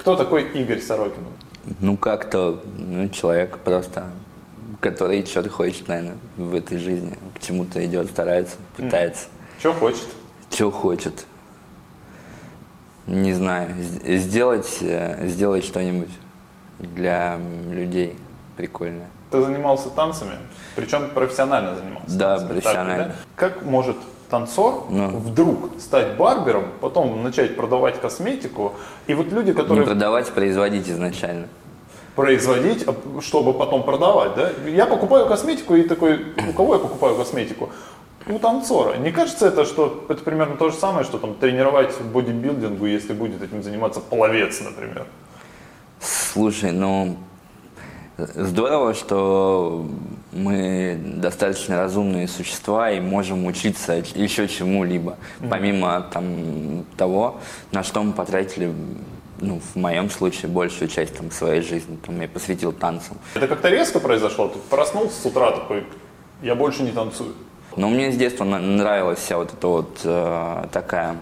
Кто такой Игорь Сорокин? Ну, как-то, человек просто, который что-то хочет, наверное, в этой жизни. К чему-то идет, старается, пытается. Что хочет? Что хочет? Не знаю. Сделать что-нибудь для людей прикольное. Ты занимался танцами, причем профессионально занимался. Да, танцами, профессионально. Так, да? Как может танцор вдруг стать барбером, потом начать продавать косметику, и вот люди, которые... Не продавать, производить изначально. Производить, чтобы потом продавать, да? Я покупаю косметику и такой, у кого я покупаю косметику? У танцора. Не кажется это примерно то же самое, что там тренировать бодибилдингу, если будет этим заниматься пловец, например? Слушай, здорово, что мы достаточно разумные существа и можем учиться еще чему-либо, помимо того, на что мы потратили, в моем случае, большую часть своей жизни. Я посвятил танцам. Это как-то резко произошло? Ты проснулся с утра такой, я больше не танцую? Но мне с детства нравилась вся вот эта такая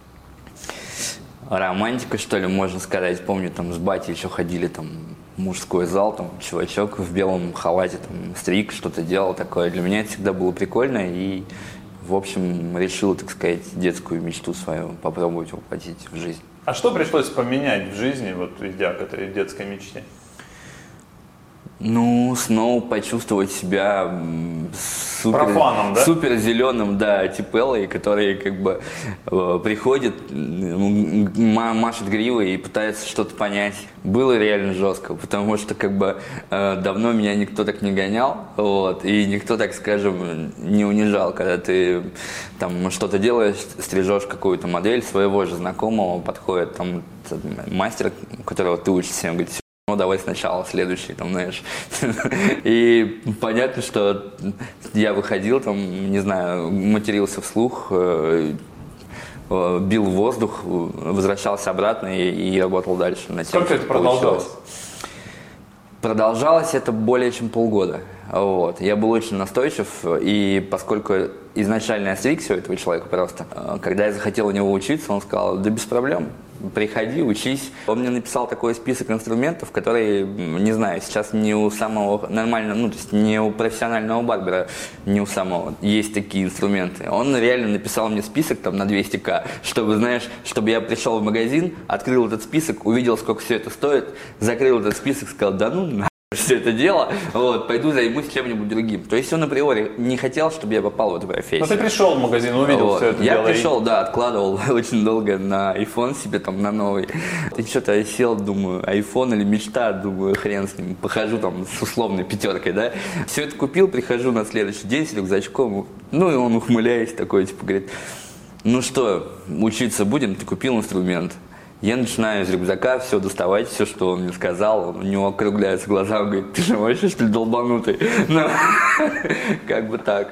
романтика, что ли, можно сказать. Помню, с батей еще ходили в мужской зал, чувачок в белом халате стриг, что-то делал такое. Для меня это всегда было прикольно, и, в общем, решил, так сказать, детскую мечту свою попробовать воплотить в жизнь. А что пришлось поменять в жизни, идя к этой детской мечте? Снова почувствовать себя профаном, да? Супер зеленым, типеллой, который приходит, машет гривой и пытается что-то понять. Было реально жестко, потому что давно меня никто так не гонял, и никто, так скажем, не унижал, когда ты что-то делаешь, стрижешь какую-то модель своего же знакомого, подходит мастер, у которого ты учишься, он говорит: давай сначала следующий, знаешь. И понятно, что я выходил, не знаю, матерился вслух, бил в воздух, возвращался обратно и работал дальше над тем. Сколько это продолжалось? Продолжалось это более чем полгода. Я был очень настойчив, и поскольку изначально я стригся у этого человека просто, когда я захотел у него учиться, он сказал: да без проблем, приходи, учись. Он мне написал такой список инструментов, которые, не знаю, сейчас не у самого нормального, то есть не у профессионального барбера, не у самого есть такие инструменты. Он реально написал мне список на 200 000, чтобы я пришел в магазин, открыл этот список, увидел, сколько все это стоит, закрыл этот список, сказал: да все это дело, пойду займусь чем-нибудь другим. То есть он априори не хотел, чтобы я попал в эту профессию. Но ты пришел в магазин, увидел все это дело. Я пришел, откладывал очень долго на iPhone себе на новый. И что-то я сел, думаю, iPhone или мечта, думаю, хрен с ним, похожу с условной 5, да. Все это купил, прихожу на следующий день с рюкзачком, и он, ухмыляясь, такой, говорит: ну что, учиться будем, ты купил инструмент. Я начинаю из рюкзака все доставать, все, что он мне сказал. У него округляются глаза, он говорит: ты же вообще, что ли, долбанутый? Так.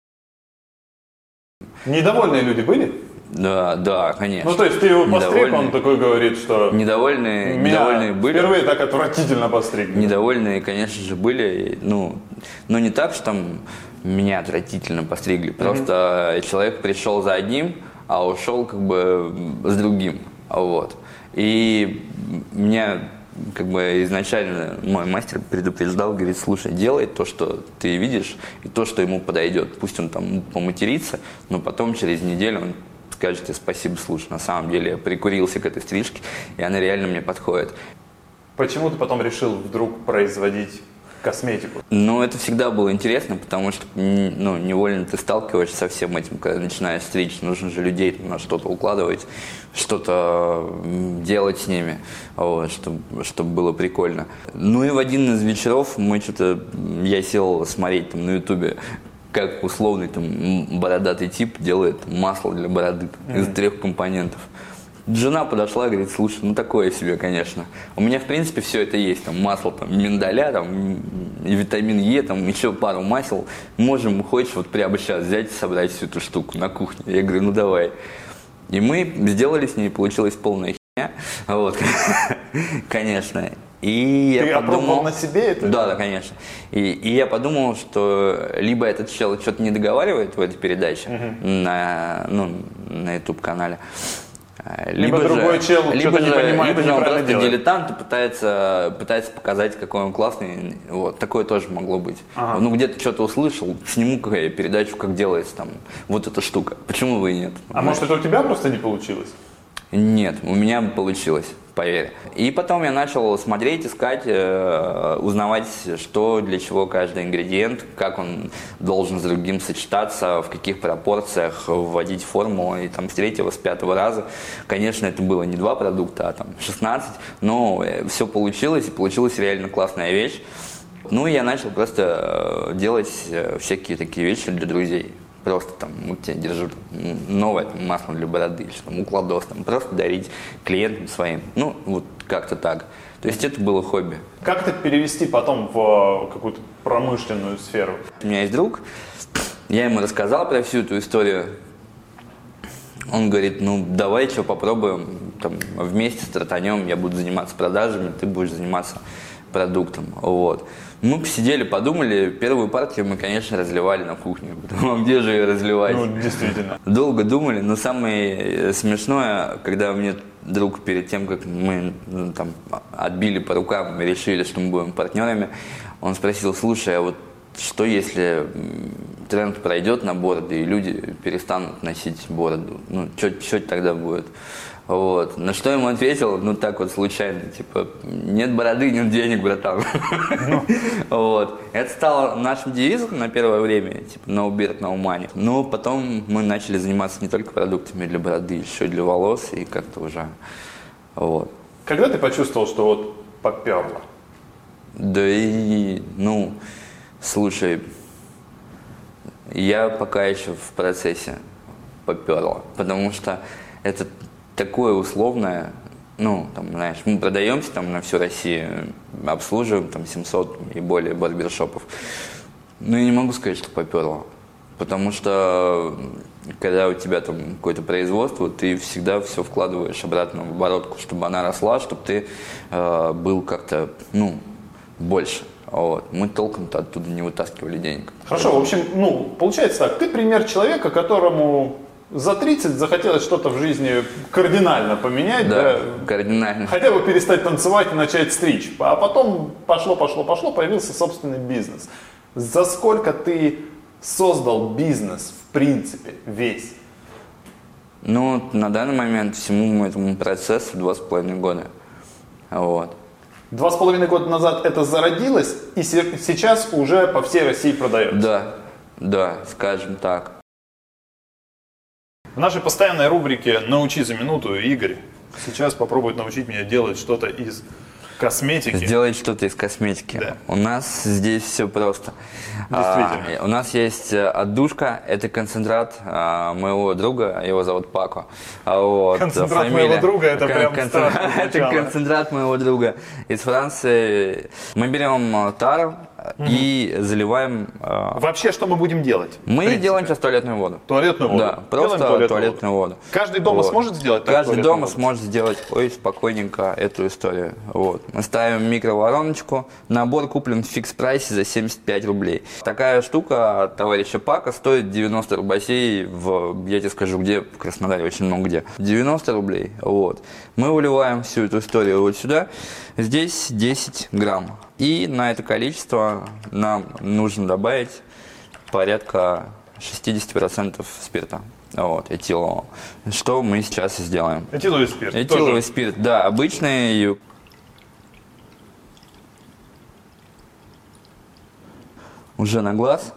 Недовольные люди были? Да, конечно. То есть ты его постриг, он такой говорит, что... Недовольные были. Впервые так отвратительно постриг. Недовольные, конечно же, были. Но не так, что меня отвратительно постригли. Просто человек пришел за одним, а ушел с другим. И меня изначально мой мастер предупреждал, говорит: слушай, делай то, что ты видишь, и то, что ему подойдет. Пусть он поматерится, но потом через неделю он скажет тебе: спасибо, слушай, на самом деле я прикурился к этой стрижке, и она реально мне подходит. Почему ты потом решил вдруг производить косметику? Это всегда было интересно, потому что невольно ты сталкиваешься со всем этим, когда начинаешь стричь. Нужно же людей на что-то укладывать, что-то делать с ними, чтобы было прикольно. И в один из вечеров я сел смотреть на ютубе, как условный бородатый тип делает масло для бороды из 3 компонентов. Жена подошла и говорит: слушай, такое себе, конечно. У меня, в принципе, все это есть. Масло миндаля, и витамин Е, еще пару масел. Можем, хочешь, прямо сейчас взять и собрать всю эту штуку на кухне. Я говорю: давай. И мы сделали с ней, получилась полная херня. Конечно. И ты я подумал, опробовал на себе это? Да, конечно. И я подумал, что либо этот человек что-то не договаривает в этой передаче на YouTube-канале, Либо другой чел что-то не понимает, либо он неправильно просто делает. дилетант и пытается показать, какой он классный. Вот, такое тоже могло быть. Ага. Ну, где-то что-то услышал, сниму передачу, как делается там вот эта штука. Почему бы и нет? А может, это у тебя просто не получилось? Нет, у меня получилось, поверь. И потом я начал смотреть, искать, узнавать, что для чего каждый ингредиент, как он должен с другим сочетаться, в каких пропорциях, вводить формулу. И там с третьего, с пятого раза, конечно, это было не 2 продукта, а там 16, но все получилось, и получилась реально классная вещь. Ну, и я начал просто делать всякие такие вещи для друзей. Просто там, вот тебе держу новое там, масло для бороды, или там, укладос, там, просто дарить клиентам своим. Ну, вот как-то так. То есть это было хобби. Как это перевести потом в какую-то промышленную сферу? У меня есть друг, я ему рассказал про всю эту историю. Он говорит, ну давай что попробуем, там, вместе стартанем, я буду заниматься продажами, ты будешь заниматься продуктом. Вот. Мы посидели, подумали, первую партию мы, конечно, разливали на кухне, потому где же ее разливать? Ну, действительно. Долго думали, но самое смешное, когда мне друг перед тем, как мы там отбили по рукам и решили, что мы будем партнерами, он спросил, слушай, а вот что если тренд пройдет на бороды и люди перестанут носить бороду? Ну, что тогда будет? Вот. На что ему ответил, ну так вот случайно, типа, нет бороды, нет денег, братан. Вот. Это стало нашим девизом на первое время, типа, no beard, no money. Но потом мы начали заниматься не только продуктами для бороды, еще и для волос, и как-то уже, вот. Когда ты почувствовал, что вот поперло? Да и, ну, слушай, я пока еще в процессе поперло, потому что это такое условное, ну, там, знаешь, мы продаемся там на всю Россию, обслуживаем там 700 и более барбершопов. Но я не могу сказать, что поперло, потому что когда у тебя там какое-то производство, ты всегда все вкладываешь обратно в оборотку, чтобы она росла, чтобы ты был как-то, ну, больше. Вот. Мы толком-то оттуда не вытаскивали денег. Хорошо, в общем, ну, получается так, ты пример человека, которому за 30 захотелось что-то в жизни кардинально поменять, Да, кардинально. Хотя бы перестать танцевать и начать стричь. А потом пошло, появился собственный бизнес. За сколько ты создал бизнес, в принципе, весь? Ну, на данный момент всему этому процессу 2,5 года. Вот. 2,5 года назад это зародилось, и сейчас уже по всей России продается. Да, скажем так. В нашей постоянной рубрике «Научи за минуту» Игорь сейчас попробует научить меня делать что-то из косметики. Сделать что-то из косметики. Да. У нас здесь все просто. Действительно. У нас есть отдушка, это концентрат моего друга, его зовут Пако. Вот, Концентрат моего друга, это прям страшно Это звучало. концентрат моего друга из Франции. Мы берем тару и заливаем... Вообще, что мы будем делать? в Мы принципе? делаем сейчас туалетную воду. Туалетную воду? Да, просто Делаем туалетную воду. Каждый дома Вот. сможет сделать так Каждый туалетную дома воду? сможет сделать спокойненько эту историю. Вот. Мы ставим микровороночку. Набор куплен в фикс-прайсе за 75 рублей. Такая штука от товарища Пака стоит 90 рублей я тебе скажу где, в Краснодаре очень много где. 90 рублей. Вот. Мы выливаем всю эту историю вот сюда. Здесь 10 грамм. И на это количество нам нужно добавить порядка 60% спирта. Вот, этилового. Что мы сейчас и сделаем. Этиловый спирт. Этиловый тоже. спирт, да, обычный. Уже на глаз.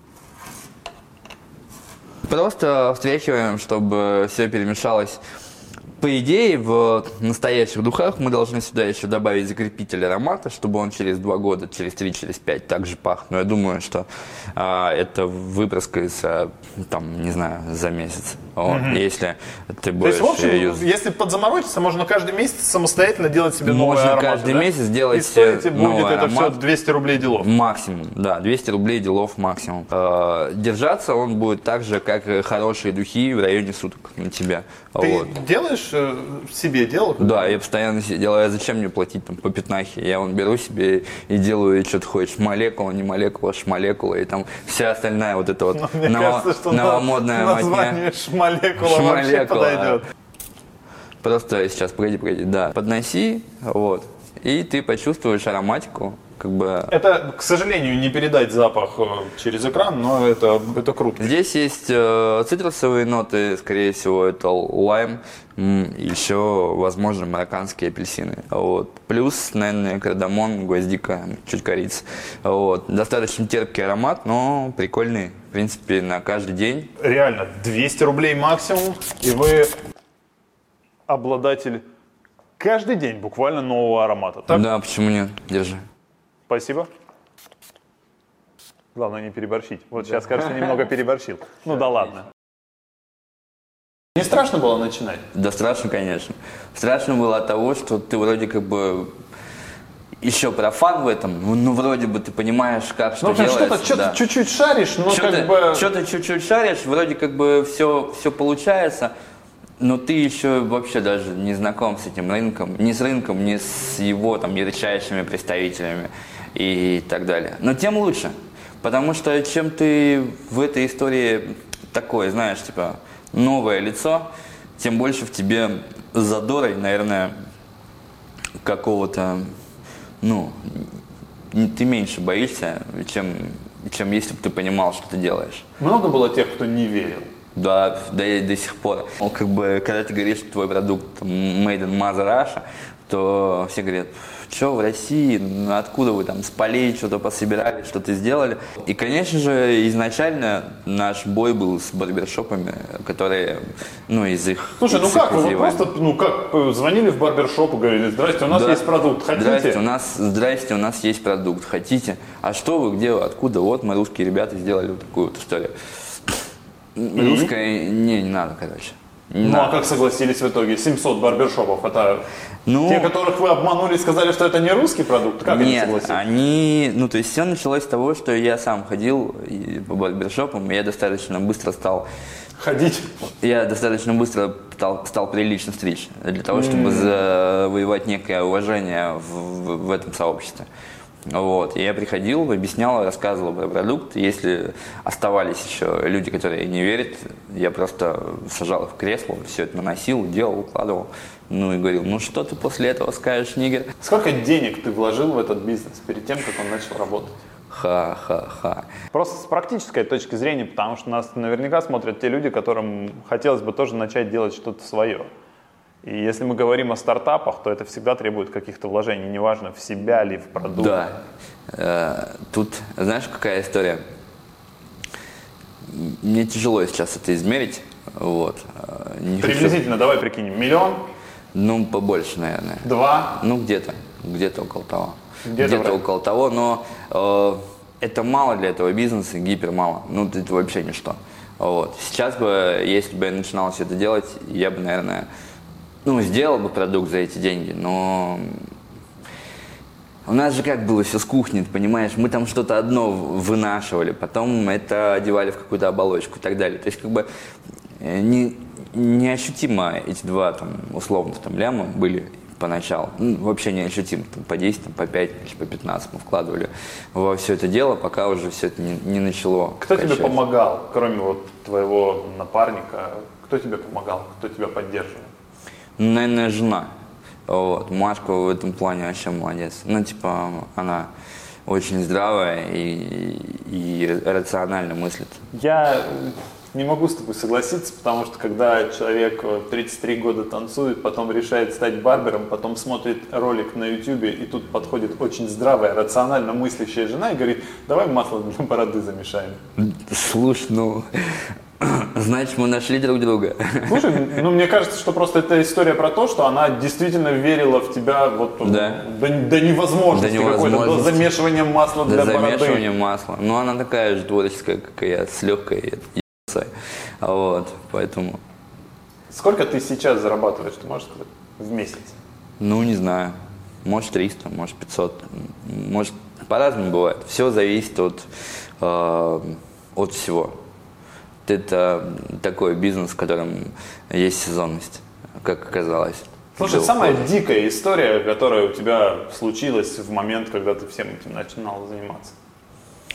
Просто встряхиваем, чтобы все перемешалось. По идее, в настоящих духах мы должны сюда еще добавить закрепитель аромата, чтобы он через 2 года, через 3, через 5 также пах. Но я думаю, что это выпрыскается, там, не знаю, за месяц. Вот, если ты То будешь есть, в общем, юзать. если подзаморочиться, можно каждый месяц самостоятельно делать себе новые Можно ароматы, каждый да? месяц делать И стоить будет новый это все аромат. 200 рублей делов. Максимум, да, 200 рублей делов максимум. Держаться он будет так же, как и хорошие духи в районе суток на тебя. Ты Вот. делаешь себе дело? Да, я постоянно себе делаю, а зачем мне платить там по пятнахе? Я вон беру себе и делаю, что ты хочешь, молекула, не молекула, шмолекула, и там вся остальная вот эта вот Мне кажется, что новомодная название шмолекула вообще Шмолекула. подойдет. Просто сейчас погоди, да. Подноси, вот, и ты почувствуешь ароматику, как бы. Это, к сожалению, не передать запах через экран, но это круто. Здесь есть цитрусовые ноты, скорее всего, это лайм, еще, возможно, марокканские апельсины. Вот. Плюс, наверное, кардамон, гвоздика, чуть корицы. Вот. Достаточно терпкий аромат, но прикольный, в принципе, на каждый день. Реально, 200 рублей максимум, и вы обладатель каждый день буквально нового аромата. Так? Да, почему нет? Держи. Спасибо. Главное не переборщить. Вот сейчас, кажется, немного переборщил. Ну да ладно. Не страшно было начинать? Да страшно, конечно. Страшно было от того, что ты вроде как бы еще профан в этом, ну вроде бы ты понимаешь, как что делается. Что-то чуть-чуть шаришь, но как бы... Что-то чуть-чуть шаришь, вроде как бы все получается, но ты еще вообще даже не знаком с этим рынком, ни с рынком, ни с его там ярчайшими представителями и так далее. Но тем лучше, потому что чем ты в этой истории такой, знаешь, типа новое лицо, тем больше в тебе задора и, наверное, какого-то, ну, ты меньше боишься, чем если бы ты понимал, что ты делаешь. Много было тех, кто не верил? Да, и до сих пор. Ну, как бы, когда ты говоришь, что твой продукт made in Mother Russia, то все говорят, что в России, ну, откуда вы там с полей что-то пособирали, что-то сделали. И, конечно же, изначально наш бой был с барбершопами, которые, ну, из их... Слушай, ну как, вы просто, звонили в барбершоп и говорили, здрасте, у нас есть продукт, хотите? Здрасте, у нас есть продукт, хотите? А что вы, где вы, откуда? Вот мы, русские ребята, сделали вот такую вот историю. Русская, не надо, короче. А как согласились в итоге? 700 барбершопов, это те, которых вы обманули и сказали, что это не русский продукт? Как они согласились? То есть все началось с того, что я сам ходил по барбершопам, и я достаточно быстро стал... Ходить? Я достаточно быстро стал прилично стричь, для того, чтобы завоевать некое уважение в этом сообществе. Вот. И я приходил, объяснял, рассказывал про продукт. Если оставались еще люди, которые не верят, я просто сажал их в кресло, все это наносил, делал, укладывал. Ну и говорил, ну что ты после этого скажешь, нигер? Сколько денег ты вложил в этот бизнес перед тем, как он начал работать? Ха-ха-ха. Просто с практической точки зрения, потому что нас наверняка смотрят те люди, которым хотелось бы тоже начать делать что-то свое. И если мы говорим о стартапах, то это всегда требует каких-то вложений, неважно, в себя или в продукт. Да. Тут, знаешь, какая история? Мне тяжело сейчас это измерить. Вот. Приблизительно, давай прикинем, 1 миллион? Ну, побольше, наверное. 2? Ну, где-то около того. Где-то около того, но это мало для этого бизнеса, гипер мало. Ну, это вообще ничто. Вот. Сейчас бы, если бы я начинал все это делать, я бы, наверное... сделал бы продукт за эти деньги, но у нас же как было все с кухни, ты понимаешь, мы там что-то одно вынашивали, потом это одевали в какую-то оболочку и так далее. То есть как бы неощутимо эти два там условно ляма были поначалу, вообще неощутимо, по 10, по 5, по 15 мы вкладывали во все это дело, пока уже все это не начало. Кто тебе помогал, кроме вот твоего напарника, кто тебе помогал, кто тебя поддерживал? Наверное, жена. Вот. Машка в этом плане вообще молодец. Она очень здравая и рационально мыслит. Я не могу с тобой согласиться, потому что когда человек 33 года танцует, потом решает стать барбером, потом смотрит ролик на YouTube, и тут подходит очень здравая, рационально мыслящая жена и говорит, давай масло для бороды замешаем. Слушай, значит, мы нашли друг друга. Слушай, мне кажется, что просто это история про то, что она действительно верила в тебя до невозможности, до замешивания масла для бороды. До замешивания масла. Она такая же творческая, как и я, с легкой ебцой. Вот, поэтому... Сколько ты сейчас зарабатываешь, ты можешь сказать, в месяц? Не знаю. Может 300, может 500. Может, по-разному бывает. Все зависит от всего. Это такой бизнес, в котором есть сезонность, как оказалось. Слушай, самая дикая история, которая у тебя случилась в момент, когда ты всем этим начинал заниматься?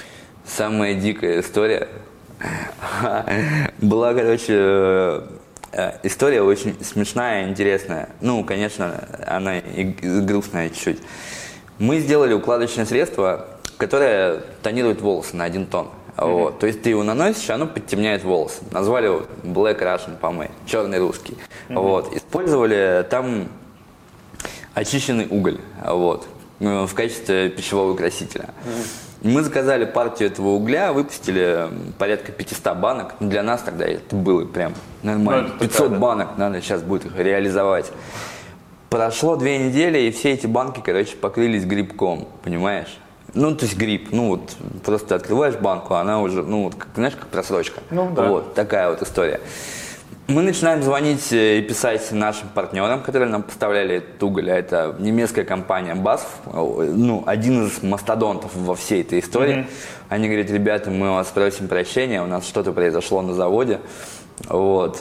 Самая дикая история была, история очень смешная, интересная. Ну, конечно, она и грустная чуть-чуть. Мы сделали укладочное средство, которое тонирует волосы на 1 тон. Вот. То есть ты его наносишь, оно подтемняет волосы. Назвали его Black Russian Pomade, черный русский. Вот. Использовали там очищенный уголь, вот, в качестве пищевого красителя. Мы заказали партию этого угля, выпустили порядка 500 банок. Для нас тогда это было прям нормально. 500 банок надо сейчас будет их реализовать. Прошло 2 недели, и все эти банки, короче, покрылись грибком, понимаешь? Ну, то есть гриб, ну вот, просто открываешь банку, она уже, ну, вот, как, знаешь, как просрочка. Ну, да. Вот, такая вот история. Мы начинаем звонить и писать нашим партнерам, которые нам поставляли этот уголь. Это немецкая компания BASF, ну, один из мастодонтов во всей этой истории. Они говорят: ребята, мы вас просим прощения, у нас что-то произошло на заводе. Вот.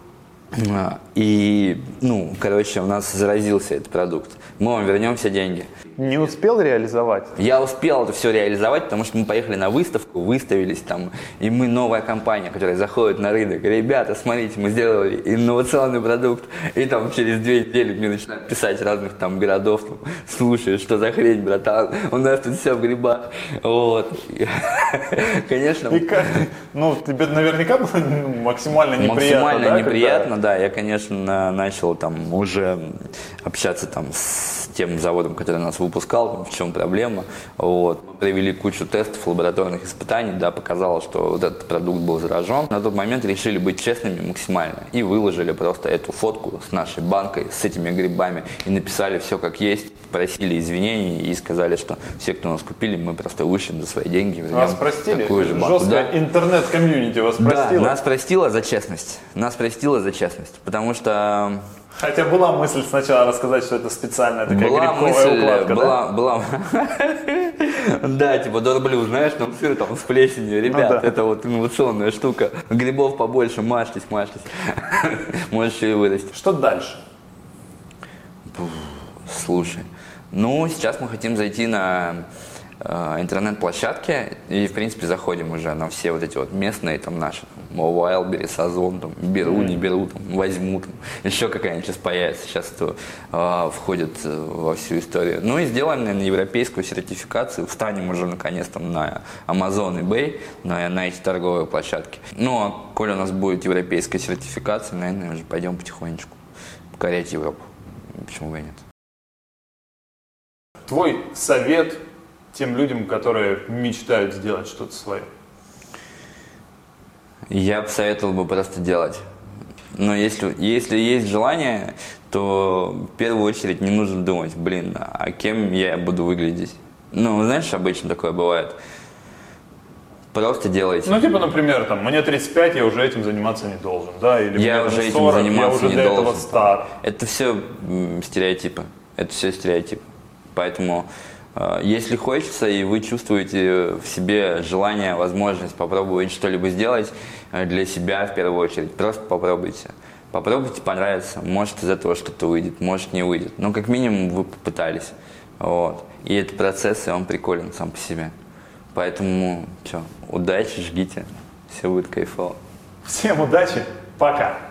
И, ну, короче, у нас заразился этот продукт. Мы вам вернем все деньги. Не успел реализовать? Я успел это все реализовать, потому что мы поехали на выставку, выставились там, и мы новая компания, которая заходит на рынок. Ребята, смотрите, мы сделали инновационный продукт. И там через 2 недели мне начинают писать разных там городов: там, слушай, что за хрень, братан, у нас тут все в грибах. Вот. Конечно. И как? Ну, тебе наверняка было максимально неприятно. Максимально да, неприятно, да. Я, конечно, начал там уже общаться там с тем заводом, который нас выпускал, в чем проблема. Вот. Мы провели кучу тестов, лабораторных испытаний, да, показало, что вот этот продукт был заражен. На тот момент решили быть честными максимально и выложили просто эту фотку с нашей банкой, с этими грибами, и написали все как есть, просили извинений и сказали, что все, кто нас купили, мы просто вышлем за свои деньги. Вас простили? Такую же банку. Жесткое интернет-комьюнити вас простило? Да, нас простило за честность. Нас простило за честность, потому что... Хотя была мысль сначала рассказать, что это специальная такая грибковая укладка, да? Была. Да, типа дорблю, знаешь, там сыр там с плесенью. Ребят, это вот инновационная штука. Грибов побольше, мажьтесь. Может еще и вырасти. Что дальше? Слушай, ну сейчас мы хотим зайти на интернет-площадки и, в принципе, заходим уже на все вот эти вот местные там наши, Wildberries, Озон, там, беру, не беру, там, возьму, там, еще какая-нибудь сейчас появится, сейчас это входит во всю историю. Ну и сделаем, наверное, европейскую сертификацию, встанем уже наконец там на Amazon, eBay, на эти торговые площадки. Ну а коли у нас будет европейская сертификация, наверное, уже пойдем потихонечку покорять Европу. Почему бы и нет? Твой совет тем людям, которые мечтают сделать что-то свое? Я бы советовал бы просто делать. Но если есть желание, то в первую очередь не нужно думать: блин, а кем я буду выглядеть? Ну, знаешь, обычно такое бывает. Просто делайте. Ну, типа, например, там, мне 35, я уже этим заниматься не должен, да? Или я мне уже 40, этим заниматься я уже не для должен. этого стар. Это все стереотипы. Это все стереотипы. Поэтому, если хочется, и вы чувствуете в себе желание, возможность попробовать что-либо сделать для себя в первую очередь, просто попробуйте. Попробуйте, понравится. Может, из этого что-то выйдет, может, не выйдет. Но как минимум вы попытались. Вот. И этот процесс, и он приколен сам по себе. Поэтому, удачи, жгите. Все будет кайфово. Всем удачи. Пока.